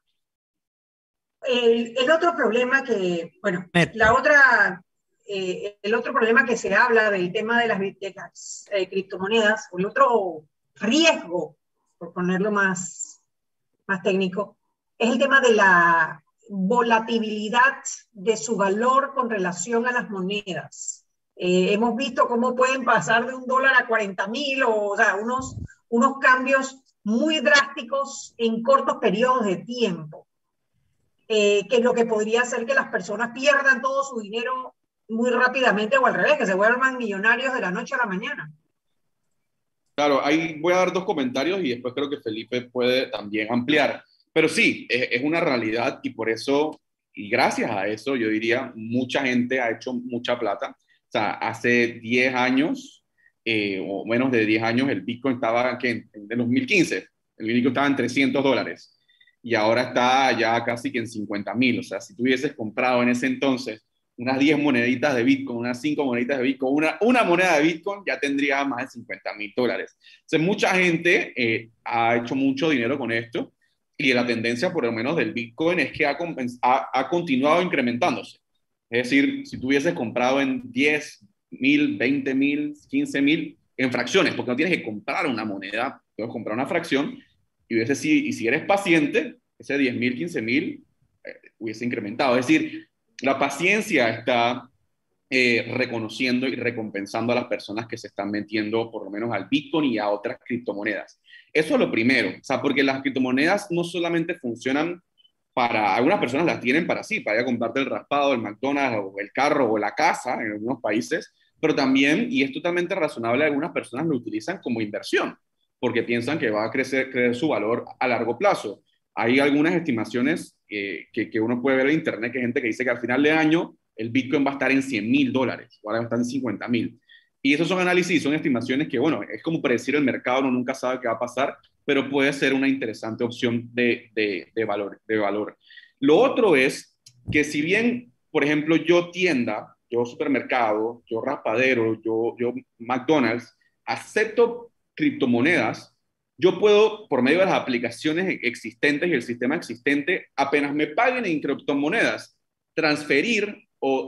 El otro problema que, bueno, el otro problema que se habla del tema de las criptomonedas, o el otro riesgo, por ponerlo más técnico, es el tema de la volatilidad de su valor con relación a las monedas. Hemos visto cómo pueden pasar de $1 a 40.000, o sea, unos cambios muy drásticos en cortos periodos de tiempo, que es lo que podría hacer que las personas pierdan todo su dinero muy rápidamente, o al revés, que se vuelvan millonarios de la noche a la mañana. Claro, ahí voy a dar 2 comentarios y después creo que Felipe puede también ampliar. Pero sí, es una realidad y por eso, y gracias a eso, yo diría, mucha gente ha hecho mucha plata. O sea, hace 10 años, o menos de 10 años, el Bitcoin estaba en 2015, el Bitcoin estaba en $300 y ahora está ya casi que en 50.000. O sea, si tú hubieses comprado en ese entonces unas 10 moneditas de Bitcoin, unas 5 moneditas de Bitcoin, una moneda de Bitcoin ya tendría más de $50.000. Entonces, mucha gente ha hecho mucho dinero con esto y la tendencia, por lo menos del Bitcoin, es que ha continuado incrementándose. Es decir, si tú hubieses comprado en 10.000, 20.000, 15.000, en fracciones, porque no tienes que comprar una moneda, puedes comprar una fracción, y si eres paciente, ese 10.000, 15.000 hubiese incrementado. Es decir, la paciencia está reconociendo y recompensando a las personas que se están metiendo por lo menos al Bitcoin y a otras criptomonedas. Eso es lo primero, o sea, porque las criptomonedas no solamente funcionan para, algunas personas las tienen para sí, para ir a comprarte el raspado, el McDonald's o el carro o la casa en algunos países, pero también, y es totalmente razonable, algunas personas lo utilizan como inversión, porque piensan que va a crecer su valor a largo plazo. Hay algunas estimaciones que uno puede ver en internet, que hay gente que dice que al final de año el Bitcoin va a estar en $100.000, ahora está en 50.000. Y esos son análisis, son estimaciones que, bueno, es como predecir el mercado, uno nunca sabe qué va a pasar, pero puede ser una interesante opción de valor. Lo otro es que si bien, por ejemplo, yo tienda, yo supermercado, yo raspadero, yo McDonald's, acepto criptomonedas, yo puedo, por medio de las aplicaciones existentes y el sistema existente, apenas me paguen en criptomonedas, transferir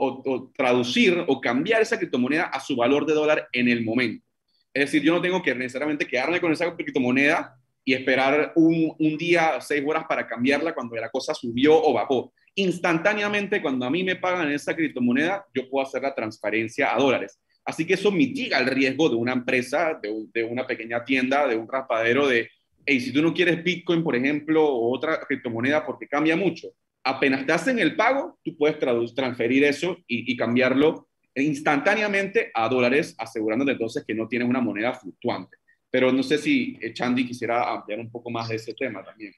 o traducir o cambiar esa criptomoneda a su valor de dólar en el momento. Es decir, yo no tengo que necesariamente quedarme con esa criptomoneda y esperar un día, 6 horas para cambiarla cuando la cosa subió o bajó. Instantáneamente, cuando a mí me pagan esa criptomoneda, yo puedo hacer la transferencia a dólares. Así que eso mitiga el riesgo de una empresa, de una pequeña tienda, de un raspadero, hey, si tú no quieres Bitcoin, por ejemplo, o otra criptomoneda porque cambia mucho, apenas te hacen el pago, tú puedes transferir eso y cambiarlo instantáneamente a dólares, asegurándote entonces que no tienes una moneda fluctuante. Pero no sé si Chandy quisiera ampliar un poco más de ese tema también.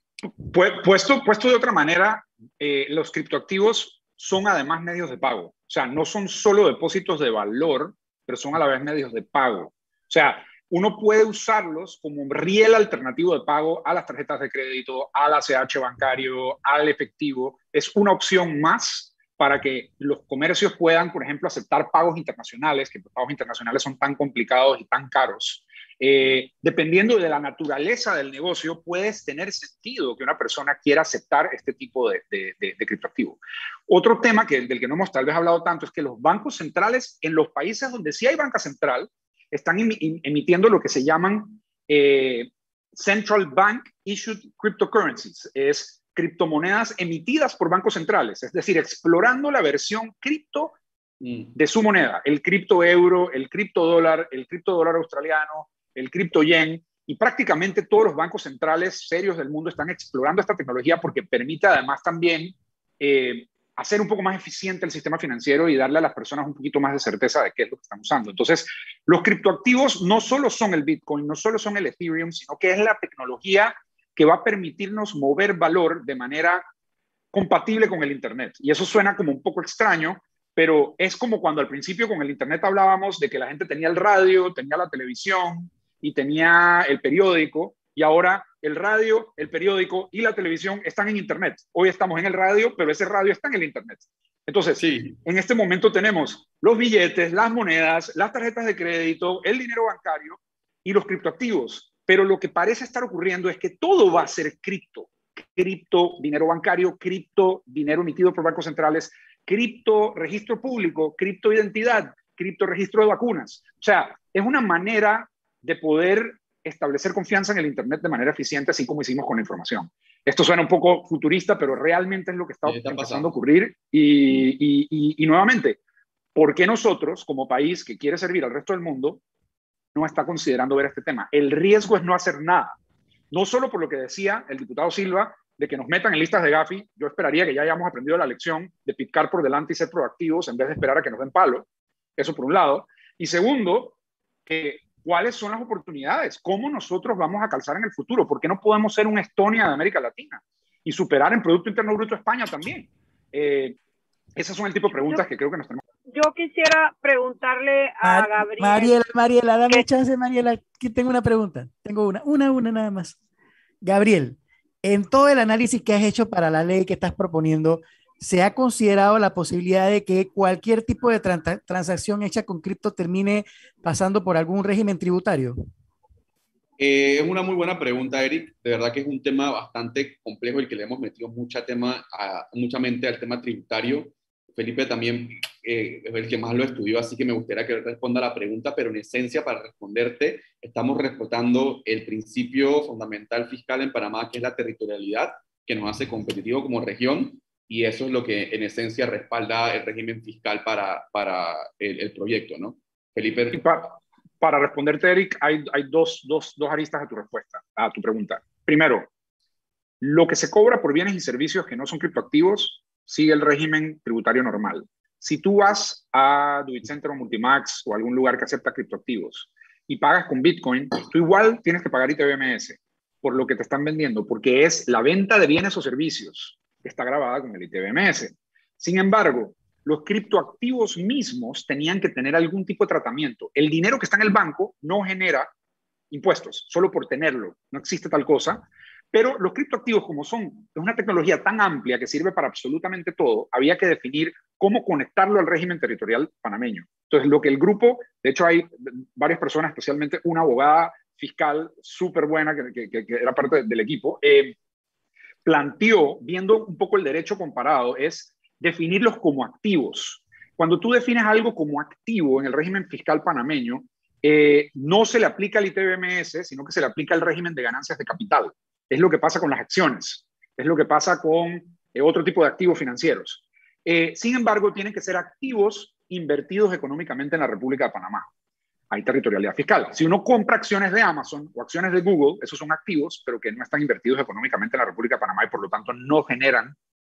Puesto de otra manera, los criptoactivos son además medios de pago. O sea, no son solo depósitos de valor, pero son a la vez medios de pago. O sea, uno puede usarlos como un riel alternativo de pago a las tarjetas de crédito, al ACH bancario, al efectivo. Es una opción más para que los comercios puedan, por ejemplo, aceptar pagos internacionales, que los pagos internacionales son tan complicados y tan caros. Dependiendo de la naturaleza del negocio, puede tener sentido que una persona quiera aceptar este tipo de criptoactivo. Otro tema del que no hemos tal vez hablado tanto es que los bancos centrales en los países donde sí hay banca central están emitiendo lo que se llaman Central Bank Issued Cryptocurrencies, es criptomonedas emitidas por bancos centrales, es decir, explorando la versión cripto de su moneda, el cripto euro, el cripto dólar australiano, el cripto yen, y prácticamente todos los bancos centrales serios del mundo están explorando esta tecnología porque permite además también hacer un poco más eficiente el sistema financiero y darle a las personas un poquito más de certeza de qué es lo que están usando. Entonces, los criptoactivos no solo son el Bitcoin, no solo son el Ethereum, sino que es la tecnología que va a permitirnos mover valor de manera compatible con el Internet. Y eso suena como un poco extraño, pero es como cuando al principio con el Internet hablábamos de que la gente tenía el radio, tenía la televisión y tenía el periódico, y ahora el radio, el periódico y la televisión están en Internet. Hoy estamos en el radio, pero ese radio está en el Internet. Entonces, sí, en este momento tenemos los billetes, las monedas, las tarjetas de crédito, el dinero bancario y los criptoactivos. Pero lo que parece estar ocurriendo es que todo va a ser cripto. Cripto, dinero bancario, cripto, dinero emitido por bancos centrales, cripto, registro público, cripto identidad, cripto registro de vacunas. O sea, es una manera de poder establecer confianza en el Internet de manera eficiente, así como hicimos con la información. Esto suena un poco futurista, pero realmente es lo que está empezando a ocurrir. Y nuevamente, ¿por qué nosotros, como país que quiere servir al resto del mundo, no está considerando ver este tema? El riesgo es no hacer nada. No solo por lo que decía el diputado Silva, de que nos metan en listas de Gafi. Yo esperaría que ya hayamos aprendido la lección de picar por delante y ser proactivos en vez de esperar a que nos den palo. Eso por un lado. Y segundo, ¿cuáles son las oportunidades? ¿Cómo nosotros vamos a calzar en el futuro? ¿Por qué no podemos ser un Estonia de América Latina y superar en Producto Interno Bruto España también? Esas son el tipo de preguntas que creo que nos tenemos. Yo quisiera preguntarle a Gabriel. Mariela, dame chance, Mariela, que tengo una pregunta. Tengo una nada más. Gabriel, en todo el análisis que has hecho para la ley que estás proponiendo, ¿se ha considerado la posibilidad de que cualquier tipo de transacción hecha con cripto termine pasando por algún régimen tributario? Es una muy buena pregunta, Eric. De verdad que es un tema bastante complejo el que le hemos metido mucha mente al tema tributario. Felipe también es el que más lo estudió, así que me gustaría que responda la pregunta, pero en esencia, para responderte, estamos respetando el principio fundamental fiscal en Panamá, que es la territorialidad, que nos hace competitivo como región, y eso es lo que en esencia respalda el régimen fiscal para el proyecto, ¿no? Felipe. Para responderte, Eric, hay dos aristas a tu respuesta, a tu pregunta. Primero, lo que se cobra por bienes y servicios que no son criptoactivos sigue el régimen tributario normal. Si tú vas a Dubicenter o Multimax o algún lugar que acepta criptoactivos y pagas con Bitcoin, tú igual tienes que pagar ITBMS por lo que te están vendiendo, porque es la venta de bienes o servicios que está grabada con el ITBMS. Sin embargo, los criptoactivos mismos tenían que tener algún tipo de tratamiento. El dinero que está en el banco no genera impuestos, solo por tenerlo. No existe tal cosa. Pero los criptoactivos, como es una tecnología tan amplia que sirve para absolutamente todo, había que definir cómo conectarlo al régimen territorial panameño. Entonces, lo que el grupo, de hecho hay varias personas, especialmente una abogada fiscal súper buena que era parte del equipo, planteó, viendo un poco el derecho comparado, es definirlos como activos. Cuando tú defines algo como activo en el régimen fiscal panameño, no se le aplica al ITBMS, sino que se le aplica al régimen de ganancias de capital. Es lo que pasa con las acciones, es lo que pasa con otro tipo de activos financieros. Sin embargo, tienen que ser activos invertidos económicamente en la República de Panamá. Hay territorialidad fiscal. Si uno compra acciones de Amazon o acciones de Google, esos son activos, pero que no están invertidos económicamente en la República de Panamá y por lo tanto no generan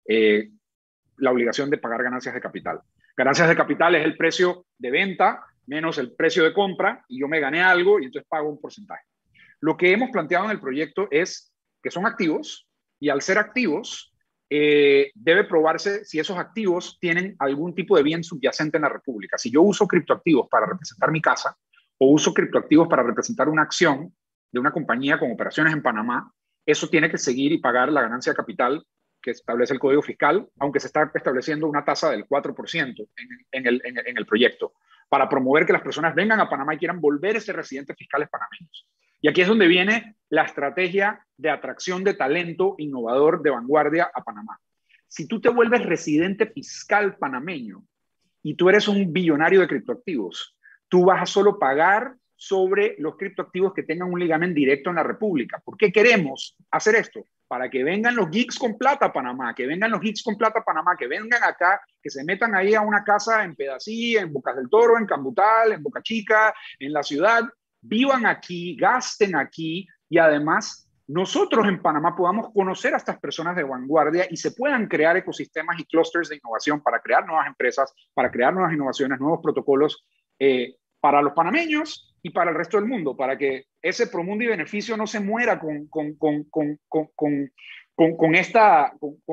la obligación de pagar ganancias de capital. Ganancias de capital es el precio de venta menos el precio de compra y yo me gané algo y entonces pago un porcentaje. Lo que hemos planteado en el proyecto es que son activos y al ser activos debe probarse si esos activos tienen algún tipo de bien subyacente en la República. Si yo uso criptoactivos para representar mi casa o uso criptoactivos para representar una acción de una compañía con operaciones en Panamá, eso tiene que seguir y pagar la ganancia de capital que establece el Código Fiscal, aunque se está estableciendo una tasa del 4% en el proyecto, para promover que las personas vengan a Panamá y quieran volverse residentes fiscales panameños. Y aquí es donde viene la estrategia de atracción de talento innovador de vanguardia a Panamá. Si tú te vuelves residente fiscal panameño y tú eres un billonario de criptoactivos, tú vas a solo pagar sobre los criptoactivos que tengan un ligamen directo en la República. ¿Por qué queremos hacer esto? Para que vengan los geeks con plata a Panamá, que vengan los geeks con plata a Panamá, que vengan acá, que se metan ahí a una casa en Pedací, en Bocas del Toro, en Cambutal, en Boca Chica, en la ciudad, vivan aquí, gasten aquí y además nosotros en Panamá podamos conocer a estas personas de vanguardia y se puedan crear ecosistemas y clústeres de innovación para crear nuevas empresas, para crear nuevas innovaciones, nuevos protocolos para los panameños y para el resto del mundo, para que ese promundo y beneficio no se muera con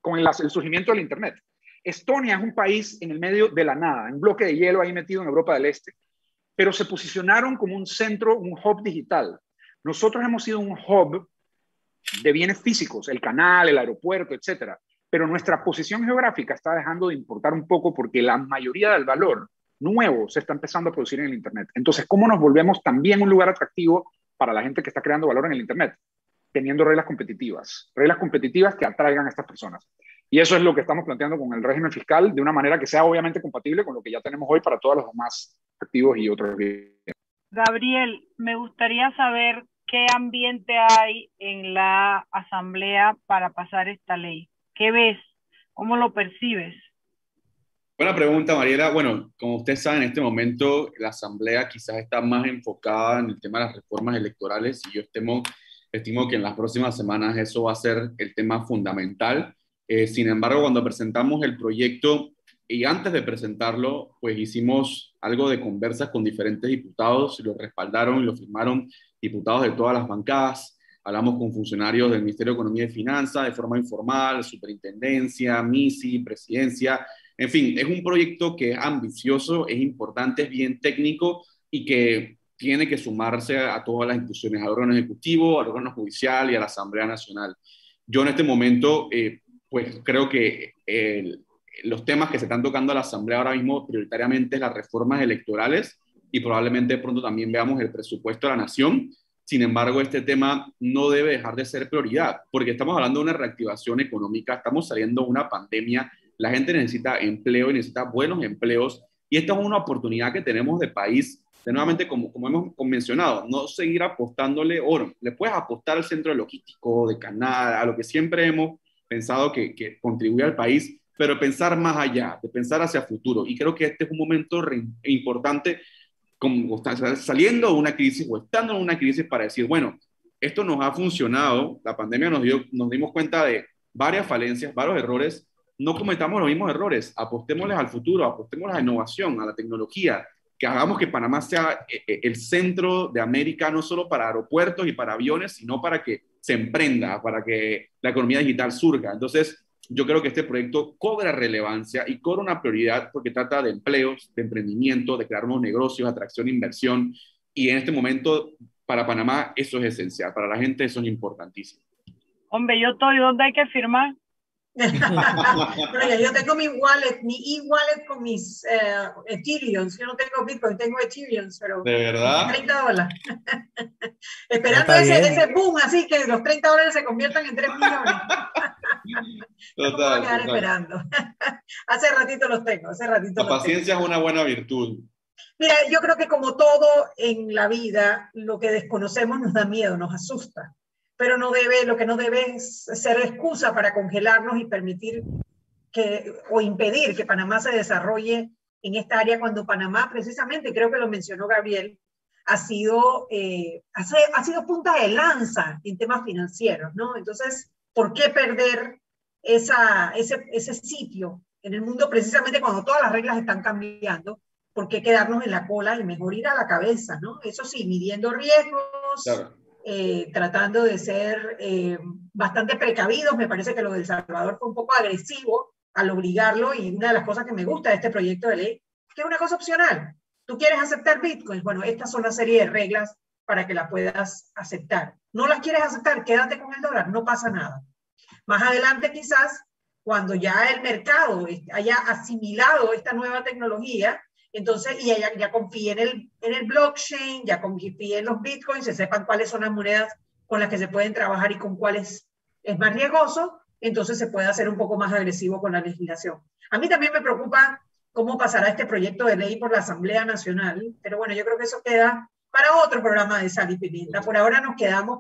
con el surgimiento del Internet. Estonia es un país en el medio de la nada, un bloque de hielo ahí metido en Europa del Este, pero se posicionaron como un centro, un hub digital. Nosotros hemos sido un hub de bienes físicos, el canal, el aeropuerto, etcétera, pero nuestra posición geográfica está dejando de importar un poco porque la mayoría del valor nuevo se está empezando a producir en el Internet. Entonces, ¿cómo nos volvemos también un lugar atractivo para la gente que está creando valor en el Internet? Teniendo reglas competitivas que atraigan a estas personas. Y eso es lo que estamos planteando con el régimen fiscal, de una manera que sea obviamente compatible con lo que ya tenemos hoy para todos los demás activos y otros bienes. Gabriel, me gustaría saber qué ambiente hay en la Asamblea para pasar esta ley. ¿Qué ves? ¿Cómo lo percibes? Buena pregunta, Mariela. Bueno, como ustedes saben, en este momento la Asamblea quizás está más enfocada en el tema de las reformas electorales y yo estimo que en las próximas semanas eso va a ser el tema fundamental. Sin embargo, cuando presentamos el proyecto y antes de presentarlo, pues hicimos algo de conversas con diferentes diputados, lo respaldaron y lo firmaron diputados de todas las bancadas. Hablamos con funcionarios del Ministerio de Economía y Finanzas de forma informal, superintendencia, MISI, presidencia. En fin, es un proyecto que es ambicioso, es importante, es bien técnico y que tiene que sumarse a todas las instituciones, al órgano ejecutivo, al órgano judicial y a la Asamblea Nacional. Yo en este momento, pues creo que los temas que se están tocando a la Asamblea ahora mismo prioritariamente es las reformas electorales y probablemente pronto también veamos el presupuesto de la nación. Sin embargo, este tema no debe dejar de ser prioridad, porque estamos hablando de una reactivación económica, estamos saliendo de una pandemia, la gente necesita empleo y necesita buenos empleos, y esta es una oportunidad que tenemos de país, de nuevamente, como hemos mencionado, no seguir apostándole oro. Le puedes apostar al centro logístico, de canal, a lo que siempre hemos pensado que contribuye al país, pero pensar más allá, de pensar hacia futuro. Y creo que este es un momento importante, como saliendo de una crisis o estando en una crisis para decir, bueno, esto nos ha funcionado, la pandemia nos dimos cuenta de varias falencias, varios errores, no cometamos los mismos errores, apostémosles al futuro, apostémosles a la innovación, a la tecnología, que hagamos que Panamá sea el centro de América, no solo para aeropuertos y para aviones, sino para que se emprenda, para que la economía digital surja. Entonces, yo creo que este proyecto cobra relevancia y cobra una prioridad porque trata de empleos, de emprendimiento, de crear nuevos negocios, atracción, inversión. Y en este momento, para Panamá, eso es esencial. Para la gente, eso es importantísimo. Hombre, yo estoy, ¿dónde hay que firmar? Pero yo tengo mi e-wallet con mis Ethereums. Yo no tengo Bitcoin, tengo Ethereums, pero ¿de verdad? $30. Esperando ese boom, así que los $30 se conviertan en 3 millones. Total, no me voy a quedar esperando. Hace ratito los tengo, La paciencia es una buena virtud. Mira, yo creo que como todo en la vida, lo que desconocemos nos da miedo, nos asusta. Pero lo que no debe es ser excusa para congelarnos y permitir o impedir que Panamá se desarrolle en esta área, cuando Panamá, precisamente, creo que lo mencionó Gabriel, ha sido punta de lanza en temas financieros, ¿no? Entonces, ¿por qué perder ese sitio en el mundo precisamente cuando todas las reglas están cambiando? ¿Por qué quedarnos en la cola y mejor ir a la cabeza, ¿no? Eso sí, midiendo riesgos, claro. Tratando de ser bastante precavidos. Me parece que lo de El Salvador fue un poco agresivo al obligarlo, y una de las cosas que me gusta de este proyecto de ley, que es una cosa opcional. ¿Tú quieres aceptar Bitcoin? Bueno, estas son una serie de reglas para que la puedas aceptar. ¿No las quieres aceptar? Quédate con el dólar, no pasa nada. Más adelante quizás, cuando ya el mercado haya asimilado esta nueva tecnología, entonces, y ya confíe en el blockchain, ya confíe en los bitcoins, se sepan cuáles son las monedas con las que se pueden trabajar y con cuáles es más riesgoso, entonces se puede hacer un poco más agresivo con la legislación. A mí también me preocupa cómo pasará este proyecto de ley por la Asamblea Nacional, pero bueno, yo creo que eso queda para otro programa de Sal y Pimienta. Por ahora nos quedamos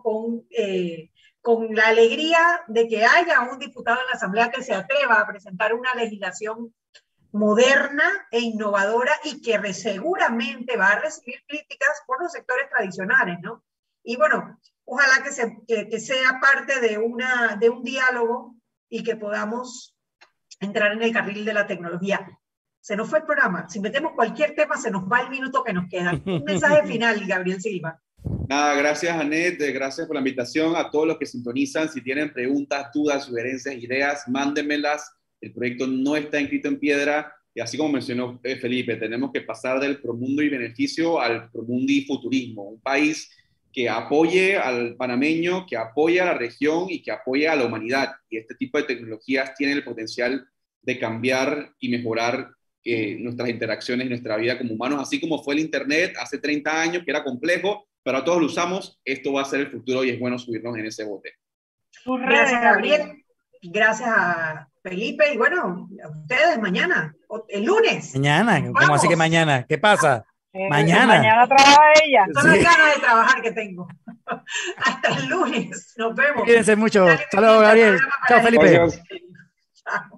con la alegría de que haya un diputado en la Asamblea que se atreva a presentar una legislación moderna e innovadora, y que seguramente va a recibir críticas por los sectores tradicionales, ¿no? Y bueno, ojalá que sea parte de un diálogo y que podamos entrar en el carril de la tecnología. Se nos fue el programa. Si metemos cualquier tema, se nos va el minuto que nos queda. Un mensaje final, Gabriel Silva. Nada, gracias, Anet, gracias por la invitación. A todos los que sintonizan, si tienen preguntas, dudas, sugerencias, ideas, mándenmelas. El proyecto no está escrito en piedra, y así como mencionó Felipe, tenemos que pasar del promundo y beneficio al promundi futurismo, un país que apoye al panameño, que apoye a la región y que apoye a la humanidad. Y este tipo de tecnologías tienen el potencial de cambiar y mejorar nuestras interacciones y nuestra vida como humanos, así como fue el Internet hace 30 años, que era complejo, pero a todos lo usamos. Esto va a ser el futuro y es bueno subirnos en ese bote. Gracias, Gabriel. Gracias a Felipe. Y bueno, a ustedes mañana, el lunes. Mañana, ¿cómo así que mañana? ¿Qué pasa? Mañana. Mañana trabaja ella. Son las ganas de trabajar que tengo. Hasta el lunes. Nos vemos. Cuídense mucho. Saludos, Gabriel. Chao, Felipe. Gracias. Chao.